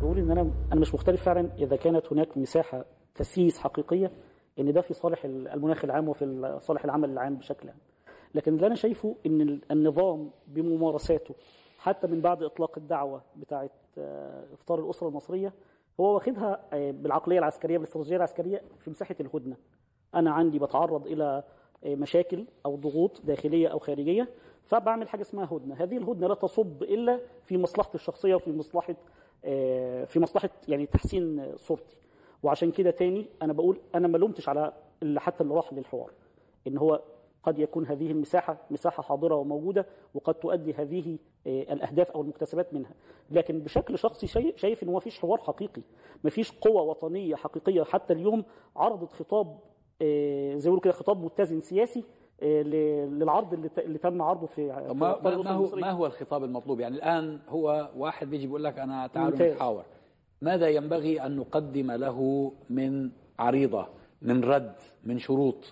بقول ان انا مش مختلف فعلا اذا كانت هناك مساحه تسييس حقيقيه ان ده في صالح المناخ العام وفي صالح العمل العام بشكل عام. لكن اللي انا شايفه ان النظام بممارساته حتى من بعد اطلاق الدعوه بتاعه افطار الاسره المصريه هو واخدها بالعقليه العسكريه بالاستراتيجيه العسكريه في مساحه الهدنه. انا عندي بتعرض الى مشاكل او ضغوط داخليه او خارجيه، فبعمل حاجه اسمها هدنه. هذه الهدنه لا تصب الا في مصلحتي الشخصيه وفي مصلحه يعني تحسين صورتي. وعشان كده تاني انا بقول انا ما لومتش على حتى اللي راح للحوار، ان هو قد يكون هذه المساحه مساحه حاضره وموجوده وقد تؤدي هذه الاهداف او المكتسبات منها. لكن بشكل شخصي شايف ان ما فيش حوار حقيقي، ما فيش قوه وطنيه حقيقيه حتى اليوم عرضت خطاب زي ما بيقولوا كده خطاب متزن سياسي للعرض اللي تم عرضه في ما هو الخطاب المطلوب؟ يعني الآن هو واحد بيجي بيقول لك أنا تعالوا نتحاور، ماذا ينبغي أن نقدم له من عريضة، من رد، من شروط،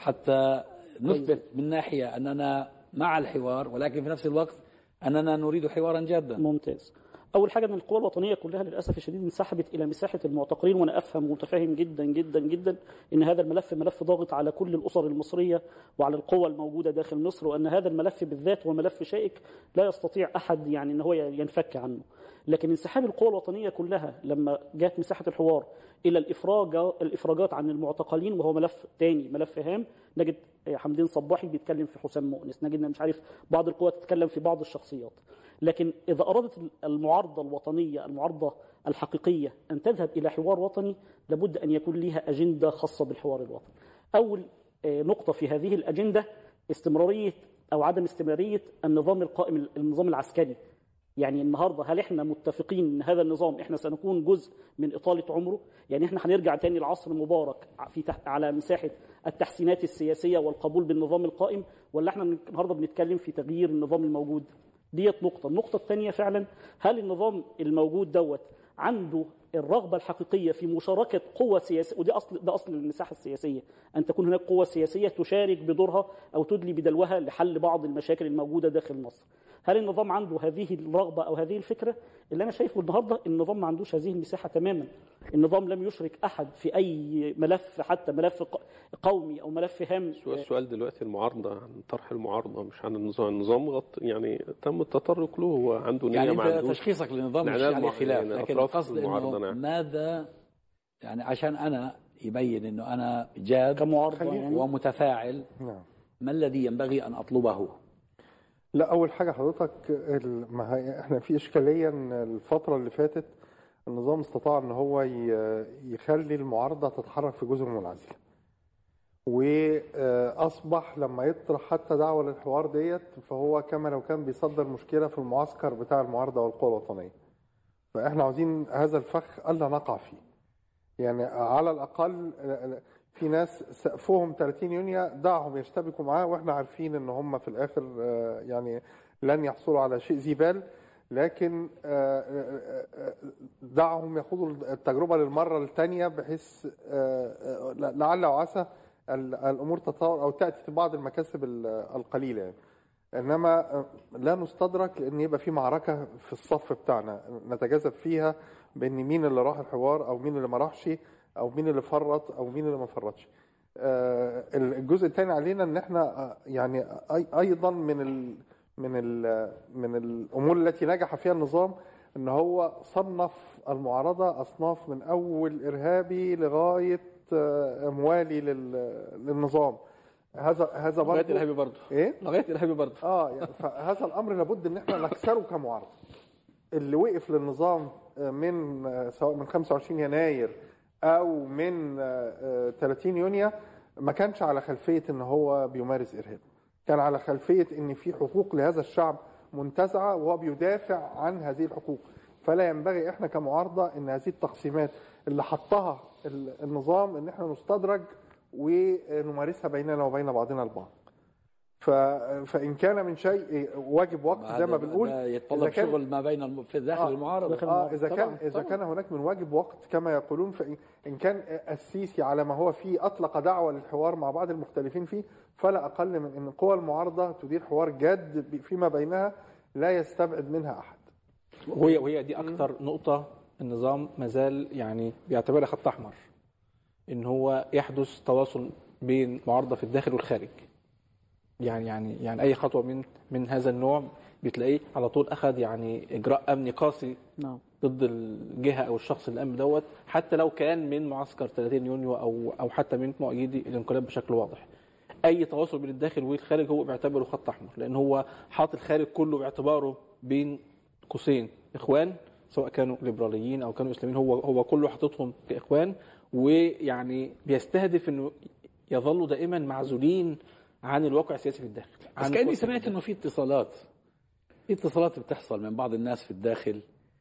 حتى نثبت من ناحية أننا مع الحوار ولكن في نفس الوقت أننا نريد حوارا جادا؟ ممتاز. أول حاجة أن القوى الوطنية كلها للأسف الشديد انسحبت إلى مساحة المعتقلين، وأنا أفهم ومتفهم جدا جدا جدا أن هذا الملف ملف ضاغط على كل الأسر المصرية وعلى القوى الموجودة داخل مصر، وأن هذا الملف بالذات هو ملف شائك لا يستطيع أحد يعني أن هو ينفك عنه. لكن انسحاب القوى الوطنية كلها لما جاءت مساحة الحوار إلى الإفراجات عن المعتقلين، وهو ملف تاني ملف هام، نجد حمدين صباحي بيتكلم في حسام مؤنس، نجد مش عارف بعض القوى تتكلم في بعض الشخصيات. لكن إذا أرادت المعارضة الوطنية المعارضة الحقيقية أن تذهب إلى حوار وطني لابد أن يكون لها أجندة خاصة بالحوار الوطني. أول نقطة في هذه الأجندة استمرارية أو عدم استمرارية النظام القائم، النظام العسكري. يعني النهارده هل احنا متفقين ان هذا النظام احنا سنكون جزء من اطاله عمره؟ يعني احنا هنرجع تاني لعصر مبارك على مساحه التحسينات السياسيه والقبول بالنظام القائم، ولا احنا النهارده بنتكلم في تغيير النظام الموجود؟ ديت نقطه. النقطه الثانيه فعلا هل النظام الموجود عنده الرغبه الحقيقيه في مشاركه قوى سياسيه؟ ودي ده اصل المساحه السياسيه، ان تكون هناك قوى سياسيه تشارك بدورها او تدلي بدلوها لحل بعض المشاكل الموجوده داخل مصر. هل النظام عنده هذه الرغبه او هذه الفكره؟ اللي انا شايفه النهارده النظام ما عندوش هذه المساحه تماما. النظام لم يشرك احد في اي ملف، حتى ملف قومي او ملف هام. السؤال دلوقتي المعارضه عن طرح المعارضه مش عن النظام. النظام يعني تم التطرق له، هو عنده نيه. يعني انت تشخيصك للنظام مش عليه خلاف، لكن القصد انه ماذا يعني عشان انا يبين انه انا جاد كمعارضه يعني ومتفاعل. ما الذي ينبغي ان اطلبه؟ لا، اول حاجه حضرتك احنا في اشكاليه ان الفتره اللي فاتت النظام استطاع ان هو يخلي المعارضه تتحرك في جزر منعزله، واصبح لما يطرح حتى دعوه للحوار ديت فهو كما لو كان بيصدر مشكله في المعسكر بتاع المعارضه والقوى الوطنيه. فاحنا عاوزين هذا الفخ الا نقع فيه. يعني على الاقل في ناس سقفهم 30 يونيو دعهم يشتبكوا معاه، واحنا عارفين ان هم في الاخر يعني لن يحصلوا على شيء ذي بال، لكن دعهم يخوضوا التجربه للمره الثانيه بحيث لعل وعسى الامور تتطور او تاتي بعض المكاسب القليله يعني. انما لا نستدرك لان يبقى في معركه في الصف بتاعنا نتجاذب فيها بان مين اللي راح الحوار او مين اللي ما راحش او مين اللي فرط او مين اللي ما فرطش. الجزء الثاني علينا ان احنا يعني ايضا من الامور التي نجح فيها النظام ان هو صنف المعارضه اصناف من اول ارهابي لغايه موالي للنظام. هذا برضه لغايه الارهابي برضه لغايه الارهابي برضه يعني فهذا الامر لابد ان احنا نكسره كمعارضه. اللي وقف للنظام من سواء من 25 يناير او من 30 يونيو ما كانش على خلفيه ان هو بيمارس ارهاب، كان على خلفيه ان في حقوق لهذا الشعب منتزعه وهو بيدافع عن هذه الحقوق. فلا ينبغي احنا كمعارضه ان هذه التقسيمات اللي حطها النظام ان احنا نستدرج ونمارسها بيننا وبين بعضنا البعض. فإن كان من شيء واجب وقت زي ما بنقول يتطلب شغل ما بين في داخل المعارضة. إذا كان هناك من واجب وقت كما يقولون، فإن كان السيسي على ما هو فيه أطلق دعوة للحوار مع بعض المختلفين فيه، فلا أقل من أن قوى المعارضة تدير حوار جاد فيما بينها لا يستبعد منها أحد. وهي دي أكثر نقطة النظام مازال يعني بيعتبرها خط احمر، ان هو يحدث تواصل بين معارضه في الداخل والخارج. يعني اي خطوه من هذا النوع بتلاقيه على طول اخذ يعني اجراء امني قاسي ضد الجهه او الشخص اللي قام دوت، حتى لو كان من معسكر 30 يونيو او حتى من مؤيدي الانقلاب بشكل واضح. اي تواصل بين الداخل والخارج هو بيعتبره خط احمر، لان هو حاط الخارج كله باعتباره بين قوسين اخوان، سواء كانوا ليبراليين او كانوا اسلاميين، هو كله حاططهم كاخوان، ويعني بيستهدف انه يظلوا دائما معزولين عن الواقع السياسي في الداخل. بس كأني سمعت انه في اتصالات بتحصل من بعض الناس في الداخل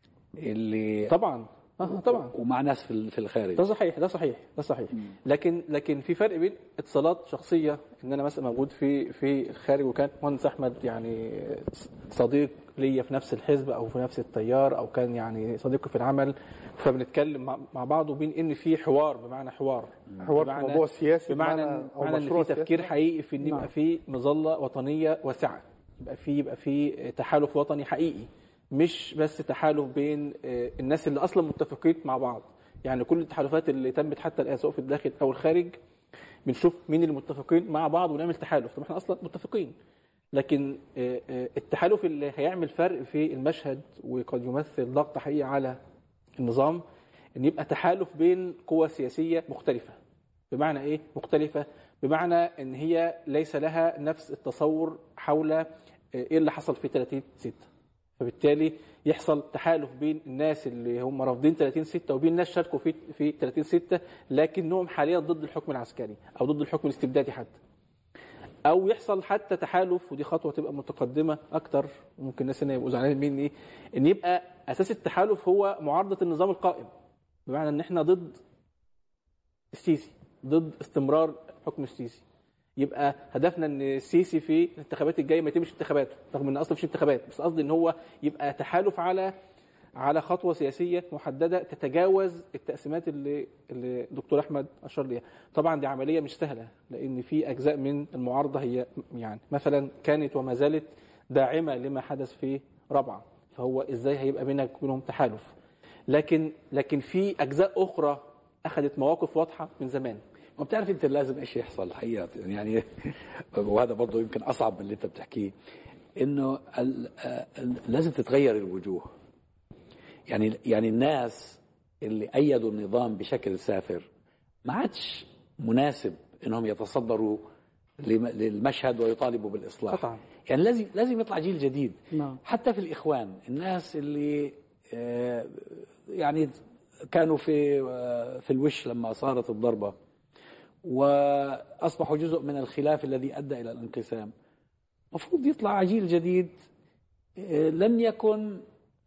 اللي طبعا ومع ناس في الخارج. ده صحيح. لكن في فرق بين اتصالات شخصيه، ان انا مثلا موجود في الخارج وكان مهندس احمد يعني صديق ليا في نفس الحزب او في نفس التيار او كان يعني صديقي في العمل، فبنتكلم مع بعض، وبين ان في حوار، بمعنى حوار في موضوع سياسي، بمعنى ان في تفكير حقيقي في ان يبقى في مظله وطنيه واسعه، يبقى في تحالف وطني حقيقي، مش بس تحالف بين الناس اللي اصلا متفقين مع بعض. يعني كل التحالفات اللي تمت حتى الان سواء في الداخل او الخارج بنشوف مين اللي متفقين مع بعض ونعمل تحالف. طب احنا اصلا متفقين، لكن التحالف اللي هيعمل فرق في المشهد وقد يمثل ضغط حقيقي على النظام ان يبقى تحالف بين قوى سياسيه مختلفه. بمعنى ايه مختلفه؟ بمعنى ان هي ليس لها نفس التصور حول ايه اللي حصل في 30/6، فبالتالي يحصل تحالف بين الناس اللي هم رافضين 30/6 وبين ناس شاركوا في 30/6 لكنهم حاليا ضد الحكم العسكري او ضد الحكم الاستبدادي حتى. او يحصل حتى تحالف، ودي خطوه تبقى متقدمه اكتر، ممكن الناس هنا يبقوا زعلانين مني، ان يبقى اساس التحالف هو معارضه النظام القائم، بمعنى ان احنا ضد السيسي، ضد استمرار حكم السيسي. يبقى هدفنا ان السيسي في الانتخابات الجايه ما يتمش انتخاباته، رغم ان اصلا مفيش انتخابات، بس قصدي ان هو يبقى تحالف على خطوه سياسيه محدده تتجاوز التقسيمات اللي الدكتور احمد اشار ليها. طبعا دي عمليه مش سهله، لان في اجزاء من المعارضه هي يعني مثلا كانت وما زالت داعمه لما حدث في رابعه، فهو ازاي هيبقى بينك وبينهم تحالف؟ لكن في اجزاء اخرى اخذت مواقف واضحه من زمان. ما بتعرف انت لازم ايش يحصل الحقيقه يعني وهذا برضه يمكن اصعب من اللي انت بتحكيه، انه لازم تتغير الوجوه. يعني الناس اللي ايدوا النظام بشكل سافر ما عادش مناسب انهم يتصدروا للمشهد ويطالبوا بالاصلاح. طبعا. يعني لازم يطلع جيل جديد. حتى في الاخوان، الناس اللي يعني كانوا في الوش لما صارت الضربه وأصبحوا جزء من الخلاف الذي أدى إلى الانقسام، مفروض يطلع جيل جديد لم يكن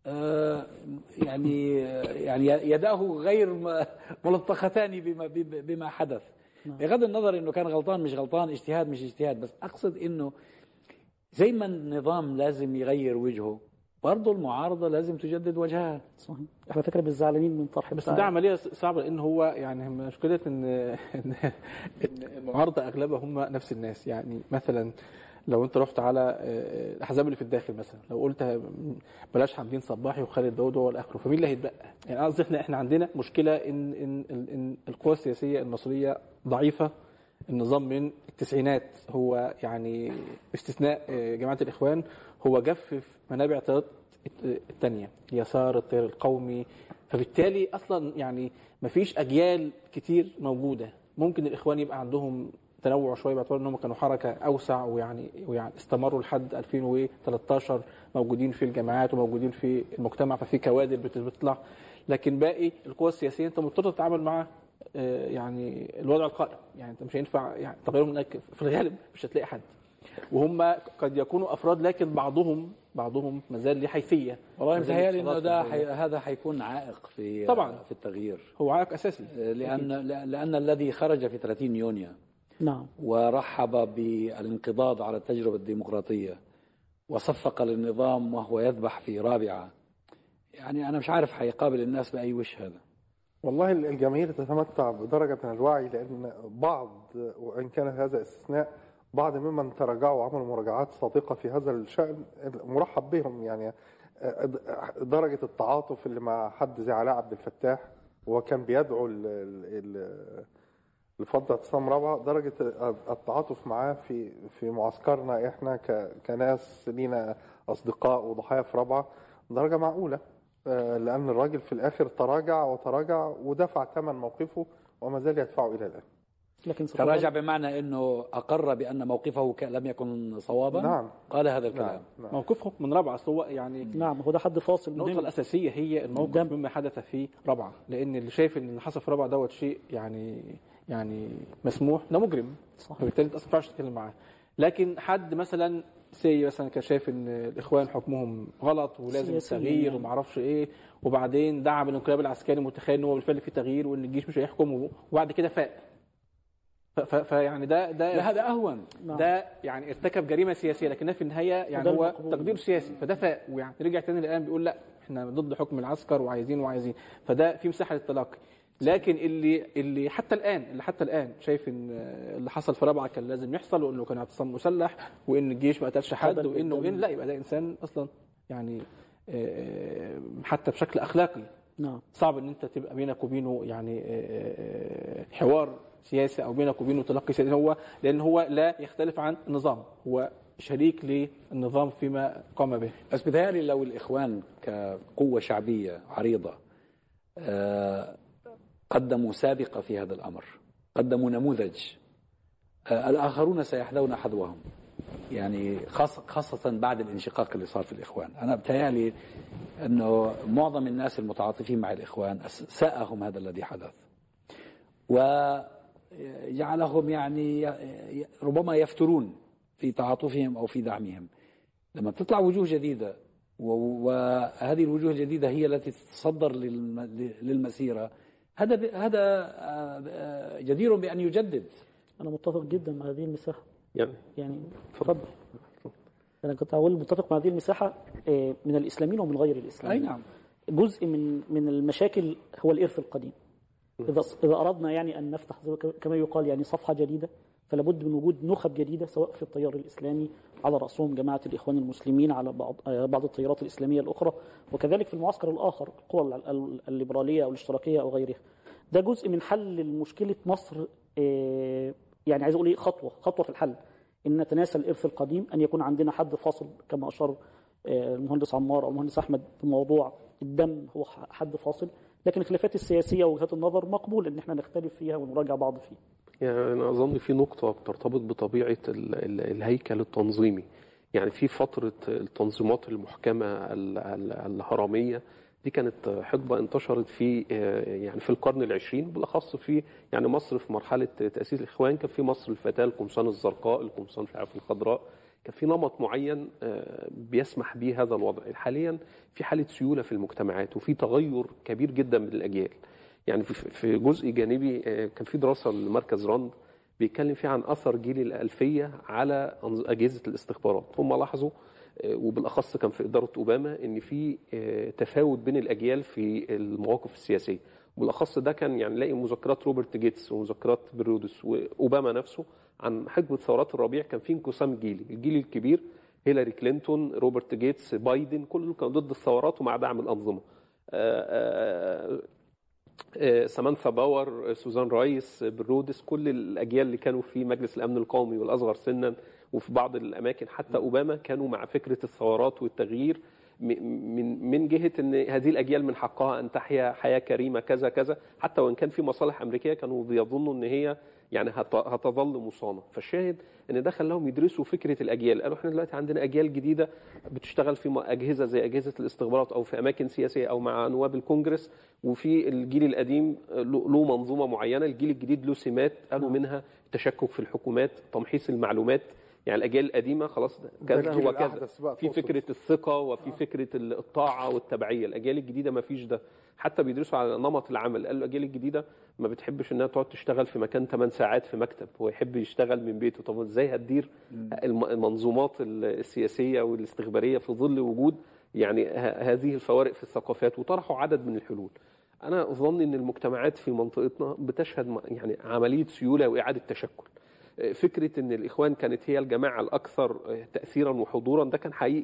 يعني يداه غير ملطختان بما حدث، بغض النظر إنه كان غلطان مش غلطان، اجتهاد مش اجتهاد، بس أقصد إنه زي ما النظام لازم يغير وجهه، برضه المعارضة لازم تجدد وجهها. صحيح. على فكرة بالزعلانين من طرح بس ده عملية صعبة، لأن هو يعني مشكلة إن المعارضة أغلبها هم نفس الناس. يعني مثلا لو أنت رحت على الأحزاب اللي في الداخل، مثلا لو قلت بلاش حمدين صباحي وخالد داوود والآخره، فمين اللي هيتبقى؟ يعني قصدي إحنا عندنا مشكلة إن القوى السياسية المصرية ضعيفة. النظام من التسعينات هو يعني باستثناء جماعة الإخوان هو جفف منابع التيارات الثانية، اليسار، التيار القومي، فبالتالي أصلا يعني ما فيش أجيال كتير موجودة. ممكن الإخوان يبقى عندهم تنوع شوية باعتبار أنهم كانوا حركة أوسع ويعني استمروا لحد 2013 موجودين في الجامعات وموجودين في المجتمع، ففي كوادر بتطلع، لكن باقي القوى السياسية أنت مضطر تتعامل مع يعني الوضع القائم. يعني انت مش هينفع يعني تغيرهم هناك، في الغالب مش هتلاقي حد، وهم قد يكونوا افراد لكن بعضهم ما زال له حيثيه. والله متهيألي انه هذا حيكون عائق طبعا في التغيير، هو عائق اساسي، لان الذي خرج في 30 يونيو ورحب بالانقضاض على التجربه الديمقراطيه وصفق للنظام وهو يذبح في رابعه، يعني انا مش عارف حيقابل الناس باي وش هذا. والله الجماهير تتمتع بدرجة من الوعي، لأن بعض، وإن كان هذا استثناء، بعض ممن تراجعوا وعملوا مراجعات صادقة في هذا الشأن مرحب بهم. يعني درجة التعاطف اللي مع حد زي علاء عبد الفتاح، وهو كان بيدعو لفضل اعتصام رابعة، درجة التعاطف معاه في معسكرنا احنا كناس لينا أصدقاء وضحايا في رابعة درجة معقولة، لأن الراجل في الآخر تراجع ودفع ثمن موقفه وما زال يدفعه إلى الآن. لكن تراجع بمعنى أنه أقر بأن موقفه لم يكن صوابا. نعم. قال هذا الكلام. نعم. موقفه من رابعة أصل هو يعني نعم هو ده حد فاصل. النقطة الأساسية هي الموقف مما حدث في رابعة، لأن اللي شايف أن اللي حصل في رابعة دوت شيء يعني مسموح ده مجرم، فبالتالي أنت أصلا ما ينفعش تتكلم معاه. لكن حد مثلا مثلا كان شايف ان الاخوان حكمهم غلط ولازم التغيير وما اعرفش ايه، وبعدين دعم الانقلاب العسكري متخيل ان هو بالفعل في تغيير وان الجيش مش هيحكم، وبعد كده فاق. فيعني ده هذا اهون. ده يعني ارتكب جريمه سياسيه، لكنها في النهايه يعني هو تقدير سياسي، فده فاق ويعني رجع تاني الان بيقول لا احنا ضد حكم العسكر وعايزين، فده في مساحه للتلاقي. لكن اللي حتى الان شايف ان اللي حصل في رابعه كان لازم يحصل، وانه كان اعتصام مسلح، وان الجيش ما قتلش حد، وانه لا يبقى ده انسان اصلا يعني حتى بشكل اخلاقي صعب ان انت تبقى بينك وبينه يعني حوار سياسي او بينك وبينه تلقي سياسي، لان هو لا يختلف عن النظام، هو شريك للنظام فيما قام به. بس بيتهيألي لو الاخوان كقوه شعبيه عريضه قدموا سابقة في هذا الأمر، قدموا نموذج، الآخرون سيحذون حذوهم، يعني خاصة بعد الانشقاق اللي صار في الإخوان. أنا بتهيألي أنه معظم الناس المتعاطفين مع الإخوان ساءهم هذا الذي حدث، وجعلهم يعني ربما يفترون في تعاطفهم أو في دعمهم. لما بتطلع وجوه جديدة وهذه الوجوه الجديدة هي التي تتصدر للمسيرة، هذا جدير بأن يجدد. أنا متفق جدا مع هذه المساحة. يعني تفضل. أنا كنت أقول متفق مع هذه المساحة من الإسلاميين ومن غير الإسلاميين. أي نعم. جزء من المشاكل هو الإرث القديم. إذا أردنا يعني أن نفتح كما يقال يعني صفحة جديدة، فلا بد من وجود نخب جديدة سواء في التيار الإسلامي على رأسهم جماعة الإخوان المسلمين، على بعض التيارات الإسلامية الأخرى، وكذلك في المعسكر الآخر القوى الليبرالية أو الاشتراكية أو غيرها. ده جزء من حل مشكلة مصر، يعني عايز أقول إيه، خطوة في الحل، إن نتناسى الإرث القديم، أن يكون عندنا حد فاصل كما أشار المهندس عمار أو المهندس أحمد بموضوع الدم، هو حد فاصل، لكن الخلافات السياسية ووجهات النظر مقبول إن احنا نختلف فيها ونراجع بعض فيها. يعني أنا أظن في نقطة بترتبط بطبيعة الهيكل التنظيمي. يعني في فترة التنظيمات المحكمة الهرمية دي كانت حقبة انتشرت في يعني في القرن العشرين، بالأخص في يعني مصر في مرحلة تأسيس الإخوان كان في مصر الفتاة، القمصان الزرقاء، القمصان مش عارف الخضراء، كان في نمط معين بيسمح به هذا الوضع. حاليا في حالة سيولة في المجتمعات وفي تغير كبير جدا من الأجيال. يعني في جزء جانبي كان في دراسة لمركز راند بيتكلم فيه عن أثر جيل الألفية على أجهزة الاستخبارات. هم لاحظوا وبالأخص كان في إدارة أوباما إن في تفاوت بين الأجيال في المواقف السياسية، وبالأخص ده كان يعني نلاقي مذكرات روبرت جيتس ومذكرات برودس وأوباما نفسه عن حقبة ثورات الربيع. كان في انقسام جيلي، الجيل الكبير هيلاري كلينتون، روبرت جيتس، بايدن، كله كان ضد الثورات ومع دعم الأنظمة. سامانثا باور، سوزان رايس، برودس، كل الأجيال اللي كانوا في مجلس الأمن القومي والأصغر سنا وفي بعض الأماكن حتى أوباما كانوا مع فكرة الثورات والتغيير من جهة أن هذه الأجيال من حقها أن تحيا حياة كريمة كذا كذا، حتى وإن كان في مصالح أمريكية كانوا بيظنوا أن هي يعني هتظل مصانة. فالشاهد أن ده خلاهم يدرسوا فكرة الأجيال. قالوا احنا دلوقتي عندنا أجيال جديدة بتشتغل في أجهزة زي أجهزة الاستخبارات أو في أماكن سياسية أو مع نواب الكونجرس، وفي الجيل القديم له منظومة معينة، الجيل الجديد له سمات قالوا منها التشكك في الحكومات، تمحيص المعلومات. يعني الأجيال القديمة خلاص كذا هو كذا، في فكرة الثقة وفي فكرة الطاعة والتبعية. الأجيال الجديدة ما فيش ده، حتى بيدرسوا على نمط العمل. قالوا الأجيال الجديدة ما بتحبش إنها تقعد تشتغل في مكان 8 ساعات في مكتب، هو يحب يشتغل من بيته. طب إزاي هتدير المنظومات السياسية والاستخبارية في ظل وجود يعني هذه الفوارق في الثقافات؟ وطرحوا عدد من الحلول. أنا أظن إن المجتمعات في منطقتنا بتشهد يعني عملية سيولة وإعادة تشكل. فكرة أن الإخوان كانت هي الجماعة الأكثر تأثيرا وحضورا ده كان حقيقي،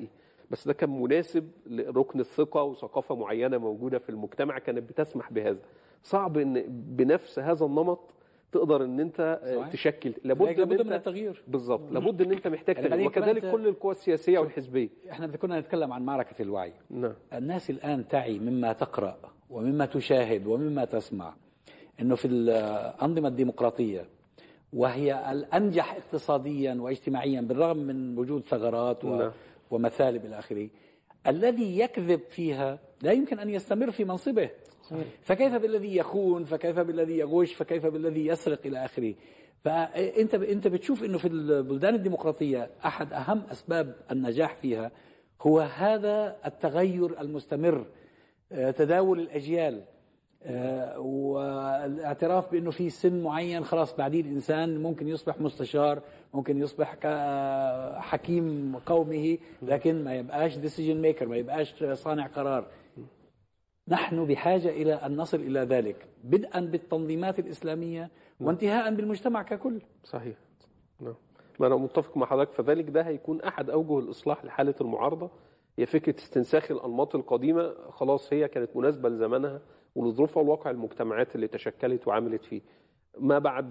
بس ده كان مناسب لركن الثقة وثقافة معينة موجودة في المجتمع كانت بتسمح بهذا. صعب ان بنفس هذا النمط تقدر ان انت صحيح. تشكل. لابد من التغيير. بالظبط، لابد ان انت محتاج تغيير، وكذلك كل القوى السياسية والحزبية. احنا كنا نتكلم عن معركة الوعي. نعم. الناس الآن تعي مما تقرأ ومما تشاهد ومما تسمع انه في الأنظمة الديمقراطية، وهي الأنجح اقتصاديا واجتماعيا بالرغم من وجود ثغرات ومثالب إلى آخره، الذي يكذب فيها لا يمكن أن يستمر في منصبه. فكيف بالذي يخون، فكيف بالذي يغش، فكيف بالذي يسرق إلى آخره. فأنت بتشوف أنه في البلدان الديمقراطية أحد أهم أسباب النجاح فيها هو هذا التغير المستمر، تداول الأجيال، والاعتراف بأنه في سن معين خلاص بعدين الإنسان ممكن يصبح مستشار، ممكن يصبح حكيم قومه، لكن ما يبقاش decision maker، ما يبقاش صانع قرار. نحن بحاجة إلى أن نصل إلى ذلك، بدءا بالتنظيمات الإسلامية وانتهاء بالمجتمع ككل. صحيح. نعم. ما أنا متفق مع حضرتك. فذلك ده هيكون أحد أوجه الإصلاح لحالة المعارضة، هي فكرة استنساخ الأنماط القديمة. خلاص هي كانت مناسبة لزمانها ولظروفها والواقع المجتمعات اللي تشكلت وعملت فيه. ما بعد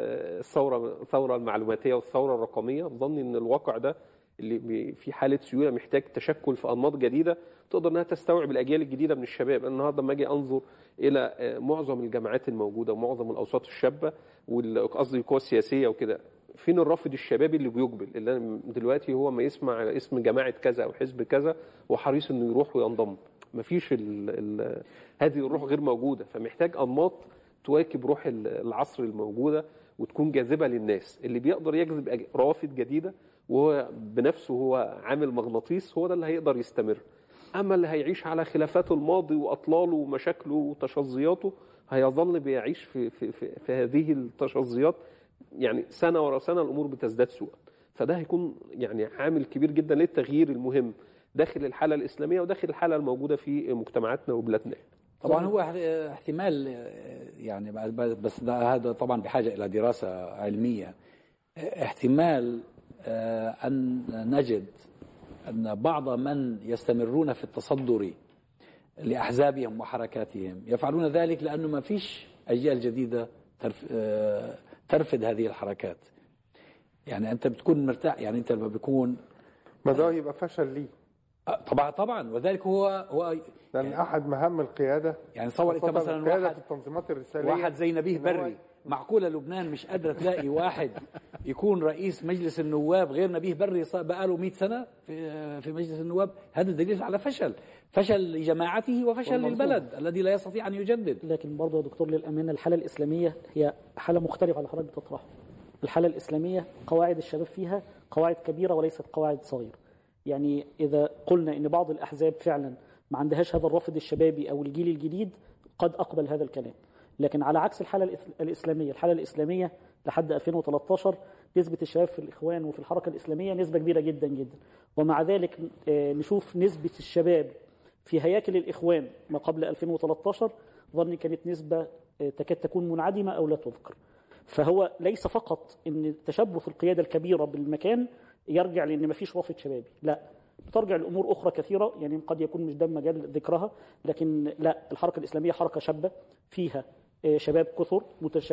الثورة المعلوماتية والثورة الرقمية، ظني أن الواقع ده اللي في حالة سيولة محتاج تشكل في أنماط جديدة تقدر أنها تستوعب الأجيال الجديدة من الشباب. النهاردة لما أجي أنظر إلى معظم الجامعات الموجودة ومعظم الأوساط الشابة وقصدي القوى السياسية وكده، فين الرافد الشبابي اللي بيقبل؟ اللي دلوقتي هو ما يسمع اسم جماعة كذا أو حزب كذا وحريص إنه يروح وينضم. مفيش هذه الروح غير موجودة. فمحتاج أنماط تواكب روح العصر الموجودة وتكون جاذبة للناس. اللي بيقدر يجذب روافد جديدة وهو بنفسه هو عامل مغناطيس، هو ده اللي هيقدر يستمر. أما اللي هيعيش على خلافات الماضي وأطلاله ومشاكله وتشظياته هيظل بيعيش في هذه التشظيات، يعني سنة ورا سنة الأمور بتزداد سوءا. فده هيكون يعني عامل كبير جدا للتغيير المهم داخل الحالة الإسلامية وداخل الحالة الموجودة في مجتمعاتنا وبلادنا. طبعا هو احتمال، يعني بس هذا طبعا بحاجة إلى دراسة علمية. احتمال أن نجد أن بعض من يستمرون في التصدر لأحزابهم وحركاتهم يفعلون ذلك لأنه ما فيش أجيال جديدة ترفض هذه الحركات. يعني أنت بتكون مرتاح، يعني أنت لما بيكون ما ده يبقى فشل ليه طبعا. وذلك هو لأن يعني أحد مهام القيادة، يعني صور أنت مثلا واحد في التنظيمات الرسالية، واحد زي نبيه بري. معقولة لبنان مش قادرة تلاقي واحد يكون رئيس مجلس النواب غير نبيه بري بقى له 100 سنة في مجلس النواب؟ هذا دليل على فشل لجماعته وفشل للبلد الذي لا يستطيع أن يجدد. لكن برضه يا دكتور للأمانة الحالة الإسلامية هي حالة مختلفة على حضرتك بتطرحها. الحالة الإسلامية قواعد الشباب فيها قواعد كبيرة وليست قواعد صغيرة. يعني إذا قلنا إن بعض الأحزاب فعلا ما عندهاش هذا الرافد الشبابي أو الجيل الجديد قد أقبل هذا الكلام، لكن على عكس الحالة الإسلامية لحد 2013 نسبة الشباب في الإخوان وفي الحركة الإسلامية نسبة كبيرة جدا جدا. ومع ذلك نشوف نسبة الشباب في هياكل الإخوان ما قبل 2013 ظني كانت نسبة تكاد تكون منعدمة أو لا تذكر. فهو ليس فقط أن تشبث القيادة الكبيرة بالمكان يرجع لأن ما فيش رافد شبابي، لا، بترجع لأمور أخرى كثيرة يعني قد يكون مش ده مجال ذكرها، لكن لا، الحركة الإسلامية حركة شابة فيها شباب كثر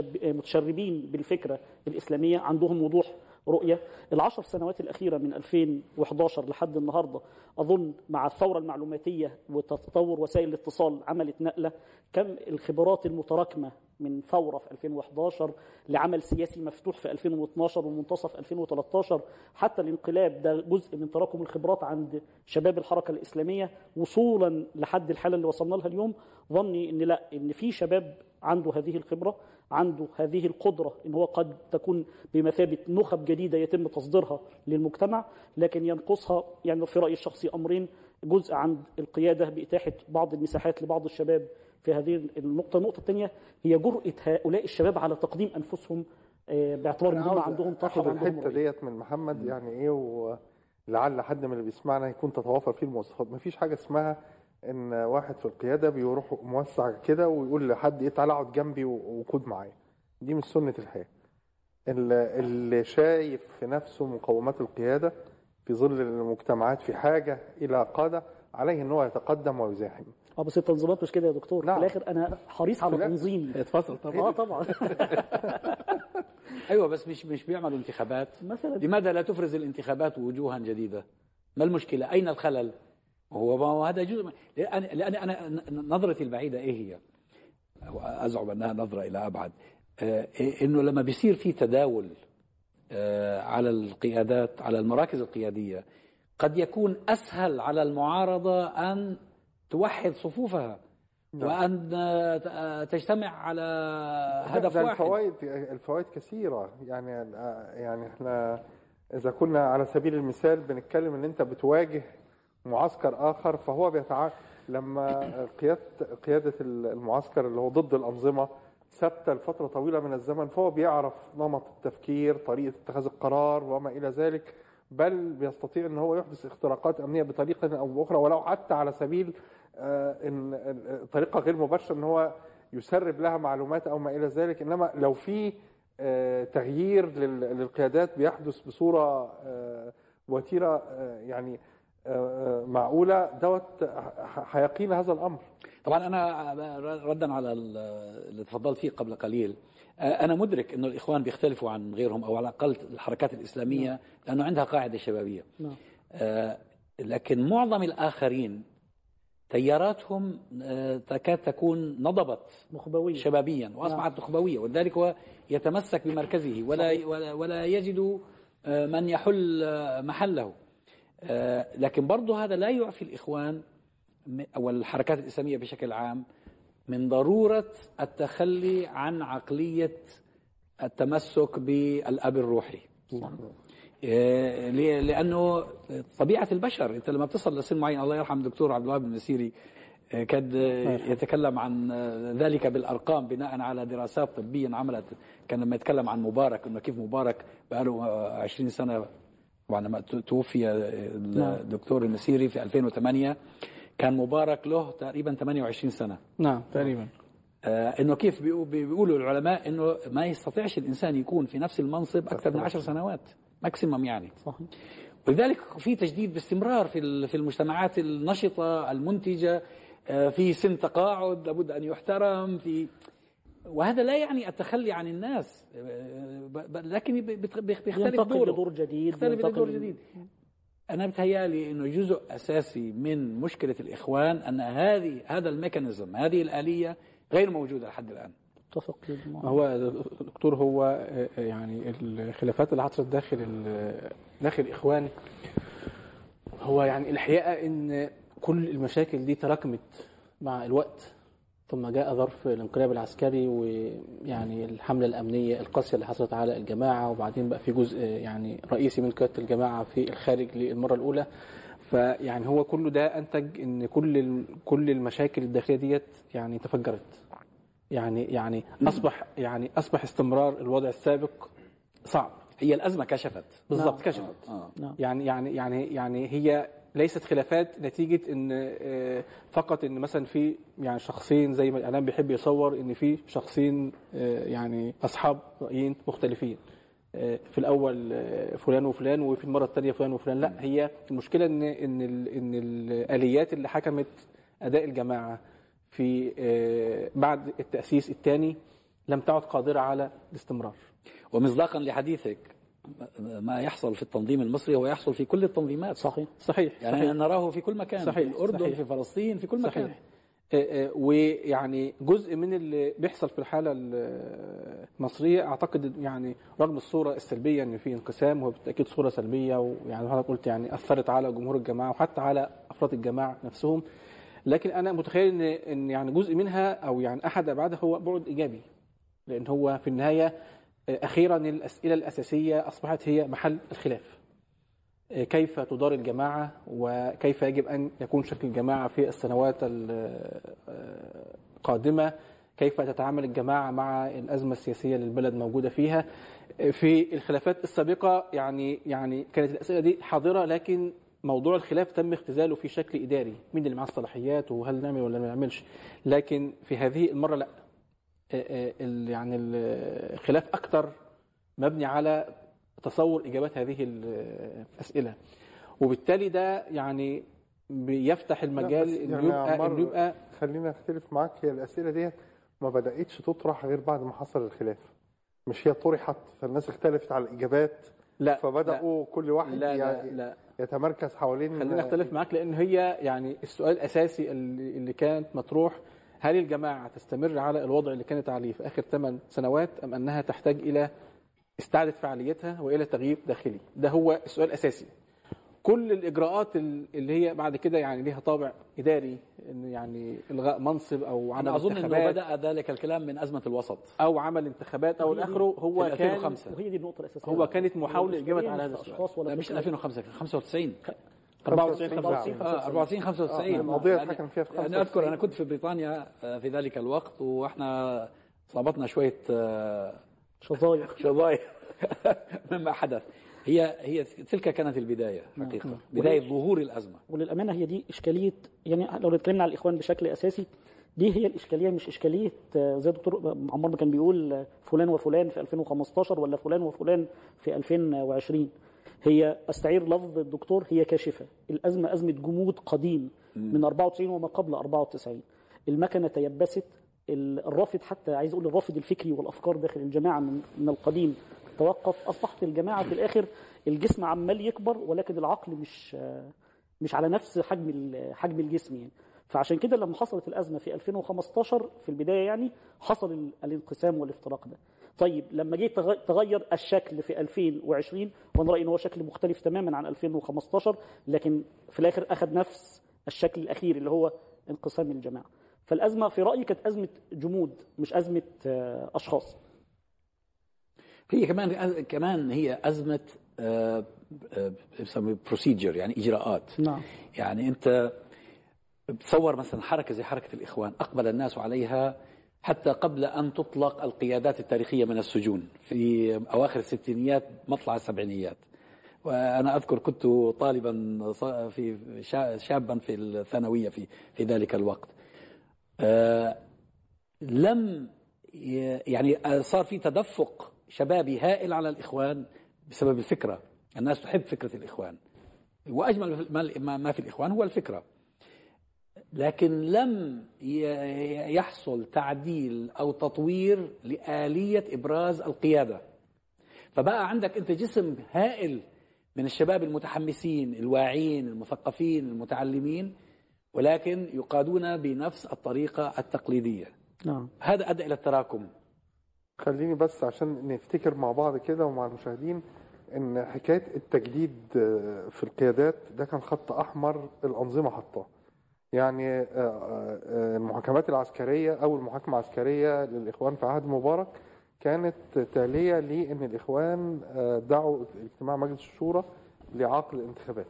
متشربين بالفكرة الإسلامية، عندهم وضوح رؤية. العشر سنوات الأخيرة من 2011 لحد النهاردة أظن مع الثورة المعلوماتية وتطور وسائل الاتصال عملت نقلة. كم الخبرات المتراكمة من ثورة في 2011 لعمل سياسي مفتوح في 2012 ومنتصف 2013 حتى الانقلاب، ده جزء من تراكم الخبرات عند شباب الحركة الإسلامية وصولا لحد الحالة اللي وصلنا لها اليوم. ظني إن لا، إن في شباب عنده هذه الخبرة، عنده هذه القدرة إن هو قد تكون بمثابة نخب جديدة يتم تصديرها للمجتمع، لكن ينقصها يعني في رأيي الشخصي أمرين: جزء عند القيادة بإتاحة بعض المساحات لبعض الشباب في هذه النقطة. النقطة الثانية هي جرأة هؤلاء الشباب على تقديم أنفسهم باعتبار أن هم عندهم طاقة وعندهم الحتة ديت من محمد يعني إيه، ولعل حد من اللي بيسمعنا يكون تتوافر فيه المواصفات. مفيش حاجة اسمها ان واحد في القياده بيروح موسع كده ويقول لحد ايه تعالى اقعد جنبي وقود معايا. دي مش سنه الحياه. اللي شايف في نفسه مقومات القياده في ظل المجتمعات في حاجة إلى قادة، عليه أنه يتقدم ويزاحم. بس التنظيمات مش كده يا دكتور. نعم. في الاخر انا حريص على تنظيمي. اتفضل طبعا. طبعا. ايوه بس مش بيعملوا انتخابات مثلا. لماذا لا تفرز الانتخابات وجوها جديده؟ ما المشكله؟ اين الخلل؟ هو هذا جزء لان انا نظرتي البعيده ايه هي؟ ازعم انها نظره الى ابعد، انه لما بيصير في تداول على القيادات، على المراكز القياديه، قد يكون اسهل على المعارضه ان توحد صفوفها وأن تجتمع على هدف واحد. الفوائد كثيرة. يعني احنا إذا كنا على سبيل المثال بنتكلم إن أنت بتواجه معسكر آخر، فهو لما قيادة المعسكر اللي هو ضد الأنظمة ثابتة لفترة طويلة من الزمن، فهو بيعرف نمط التفكير، طريقة اتخاذ القرار وما إلى ذلك، بل بيستطيع أن هو يحدث اختراقات أمنية بطريقة أو بأخرى، ولو حتى على سبيل إن طريقة غير مباشرة أن هو يسرب لها معلومات أو ما إلى ذلك. إنما لو في تغيير للقيادات بيحدث بصورة وتيرة يعني معقولة، دوت هيقينا هذا الأمر. طبعا أنا ردا على اللي تفضلت فيه قبل قليل، أنا مدرك أنه الإخوان بيختلفوا عن غيرهم، أو على الأقل الحركات الإسلامية، لأنه عندها قاعدة شبابية. لكن معظم الآخرين تياراتهم تكاد تكون نضبت نخبوية شبابيا وأصبحت نخبوية، ولذلك هو يتمسك بمركزه ولا يجد من يحل محله. لكن برضه هذا لا يعفي الإخوان أو الحركات الإسلامية بشكل عام من ضرورة التخلي عن عقلية التمسك بالأب الروحي. لأنه طبيعة البشر، أنت لما بتصل لسن معين، الله يرحم الدكتور عبد الوهاب المسيري كاد يتكلم عن ذلك بالأرقام بناء على دراسات طبية عملت. كان لما يتكلم عن مبارك، أنه كيف مبارك بقاله 20 سنة، وعندما توفي الدكتور المسيري في 2008 كان مبارك له تقريبا 28 سنة. نعم تقريبا. انه كيف بيقولوا العلماء انه ما يستطيعش الانسان يكون في نفس المنصب اكثر من 10 سنوات ماكسيمم يعني. صحيح. ولذلك في تجديد باستمرار في المجتمعات النشطة المنتجة، في سن تقاعد لابد ان يحترم، وهذا لا يعني التخلي عن الناس، لكن بيختلف دور جديد. أنا بتهيالي إنه جزء أساسي من مشكلة الإخوان أن هذا الميكانيزم، هذه الآلية غير موجودة لحد الآن. اتفق. هو دكتور، هو يعني الخلافات اللي حصلت داخل الإخوان، هو يعني الحقيقة إن كل المشاكل دي تراكمت مع الوقت، ثم جاء ظرف الانقلاب العسكري ويعني الحملة الأمنية القاسية اللي حصلت على الجماعة، وبعدين بقى في جزء يعني رئيسي من قيادة الجماعة في الخارج للمرة الأولى. فيعني هو كله ده أنتج إن كل المشاكل الداخلية ديت يعني تفجرت. يعني أصبح استمرار الوضع السابق صعب. هي الأزمة كشفت. بالضبط. كشفت. يعني هي ليست خلافات نتيجة ان فقط ان مثلا في يعني شخصين زي ما الاعلام بيحب يصور ان في شخصين يعني اصحاب رأيين مختلفين، في الاول فلان وفلان وفي المرة الثانية فلان وفلان. لا، هي المشكلة ان الآليات اللي حكمت اداء الجماعة في بعد التأسيس الثاني لم تعد قادرة على الاستمرار. ومصداقا لحديثك، ما يحصل في التنظيم المصري هو يحصل في كل التنظيمات. صحيح. يعني نراه في كل مكان. صحيح. في الأردن. صحيح. في فلسطين، في كل مكان. ويعني جزء من اللي بيحصل في الحالة المصرية أعتقد يعني رغم الصورة السلبية أن في انقسام، وهو بالتأكيد صورة سلبية، ويعني حضرتك قلت يعني أثرت على جمهور الجماعة وحتى على أفراد الجماعة نفسهم، لكن أنا متخيل أن يعني جزء منها أو يعني أحد أبعادها هو بعد إيجابي، لأن هو في النهاية أخيرا الأسئلة الأساسية أصبحت هي محل الخلاف. كيف تدار الجماعة، وكيف يجب أن يكون شكل الجماعة في السنوات القادمة، كيف تتعامل الجماعة مع الأزمة السياسية اللي البلد موجودة فيها. في الخلافات السابقة يعني كانت الأسئلة دي حاضرة، لكن موضوع الخلاف تم اختزاله في شكل إداري، مين اللي معاه الصلاحيات وهل نعمل ولا ما نعملش. لكن في هذه المرة لا، يعني الخلاف أكثر مبني على تصور إجابات هذه الأسئلة. وبالتالي ده يعني بيفتح المجال انه يبقى خلينا اختلف معاك. هي الاسئله دي ما بداتش تطرح غير بعد ما حصل الخلاف، مش هي طرحت فالناس اختلفت على الاجابات لا فبداوا كل واحد لا يتمركز حوالين. خلينا اختلف معاك، لان هي يعني السؤال الاساسي اللي كانت مطروح: هل الجماعه تستمر على الوضع اللي كانت عليه في اخر 8 سنوات ام انها تحتاج الى استعاده فعاليتها والى تغيير داخلي؟ ده هو السؤال الاساسي. كل الاجراءات اللي هي بعد كده يعني ليها طابع اداري، ان يعني الغاء منصب او عمل اظن انتخابات، انه بدا ذلك الكلام من ازمه الوسط او عمل انتخابات او الاخره، هو في كان 2005. وهي دي النقطه الاساسيه. هو كانت محاوله اجابه على هذا السؤال. لا مش 2005، 95 94 95 المواضيع اللي حكم فيها في 95. انا اذكر انا كنت في بريطانيا في ذلك الوقت، واحنا صابتنا شويه شظايا مما حدث. هي تلك كانت البدايه حقيقه، بدايه ظهور الازمه. وللامانه هي دي اشكاليه، يعني لو اتكلمنا على الاخوان بشكل اساسي، دي هي الاشكاليه، مش اشكاليه زي الدكتور عمار ما كان بيقول فلان وفلان في 2015 ولا فلان وفلان في 2020. هي استعير لفظ الدكتور، هي كاشفه. الازمه ازمه جمود قديم من 94 وما قبل 94. المكنه تيبست، الرافد، حتى عايز اقول الرافد الفكري والافكار داخل الجماعه من القديم توقف. اصبحت الجماعه في الاخر الجسم عمال يكبر ولكن العقل مش على نفس حجم الجسم يعني. فعشان كده لما حصلت الازمه في 2015 في البدايه يعني حصل الانقسام والافتراق ده. طيب لما جه تغير الشكل في 2020، وانا رايي ان هو شكل مختلف تماما عن 2015، لكن في الاخر اخذ نفس الشكل الاخير اللي هو انقسام الجماعه. فالازمه في رايي كانت ازمه جمود مش ازمه اشخاص. هي كمان هي ازمه بسموه بروسيجر، يعني اجراءات. نعم. يعني انت بتصور مثلا حركه زي حركه الاخوان اقبل الناس عليها حتى قبل ان تطلق القيادات التاريخيه من السجون في اواخر الستينيات مطلع السبعينيات. وانا اذكر كنت طالبا في شابا في الثانويه في ذلك الوقت. لم يعني صار في تدفق شبابي هائل على الإخوان بسبب الفكرة. الناس تحب فكرة الإخوان، وأجمل ما في الإخوان هو الفكرة، لكن لم يحصل تعديل أو تطوير لآلية إبراز القيادة. فبقى عندك أنت جسم هائل من الشباب المتحمسين الواعين المثقفين المتعلمين، ولكن يقادون بنفس الطريقة التقليدية. هذا أدى إلى التراكم. خليني بس عشان نفتكر مع بعض كده ومع المشاهدين ان حكايه التجديد في القيادات ده كان خط احمر الانظمه حطاه. يعني المحاكمات العسكريه او المحاكمه العسكريه للاخوان في عهد مبارك كانت تاليه لان الاخوان دعوا اجتماع مجلس الشورى لعقد الانتخابات.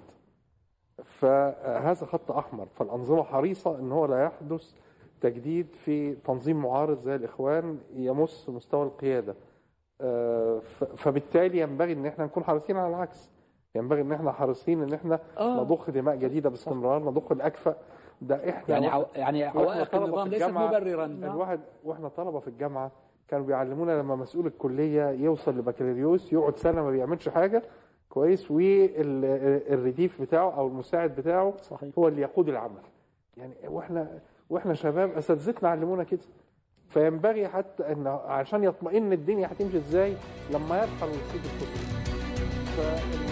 فهذا خط احمر، فالانظمه حريصه ان هو لا يحدث تجديد في تنظيم معارض زي الإخوان يمس مستوى القيادة. فبالتالي ينبغي ان احنا نكون حريصين على العكس. ينبغي ان احنا حريصين ان احنا نضخ دماء جديدة باستمرار، نضخ الأكفأ. ده احنا يعني عوائق النظام ليست مبررا. الواحد واحنا طلبة في الجامعة كانوا بيعلمونا لما مسؤول الكلية يوصل لبكالوريوس يقعد سنة ما بيعملش حاجة كويس، والرديف بتاعه او المساعد بتاعه صحيح هو اللي يقود العمل. يعني واحنا شباب اساتذتنا علمونا كده. فينبغي حتى ان عشان يطمئن الدنيا هتمشي ازاي لما يرحل ويسيب الكتب.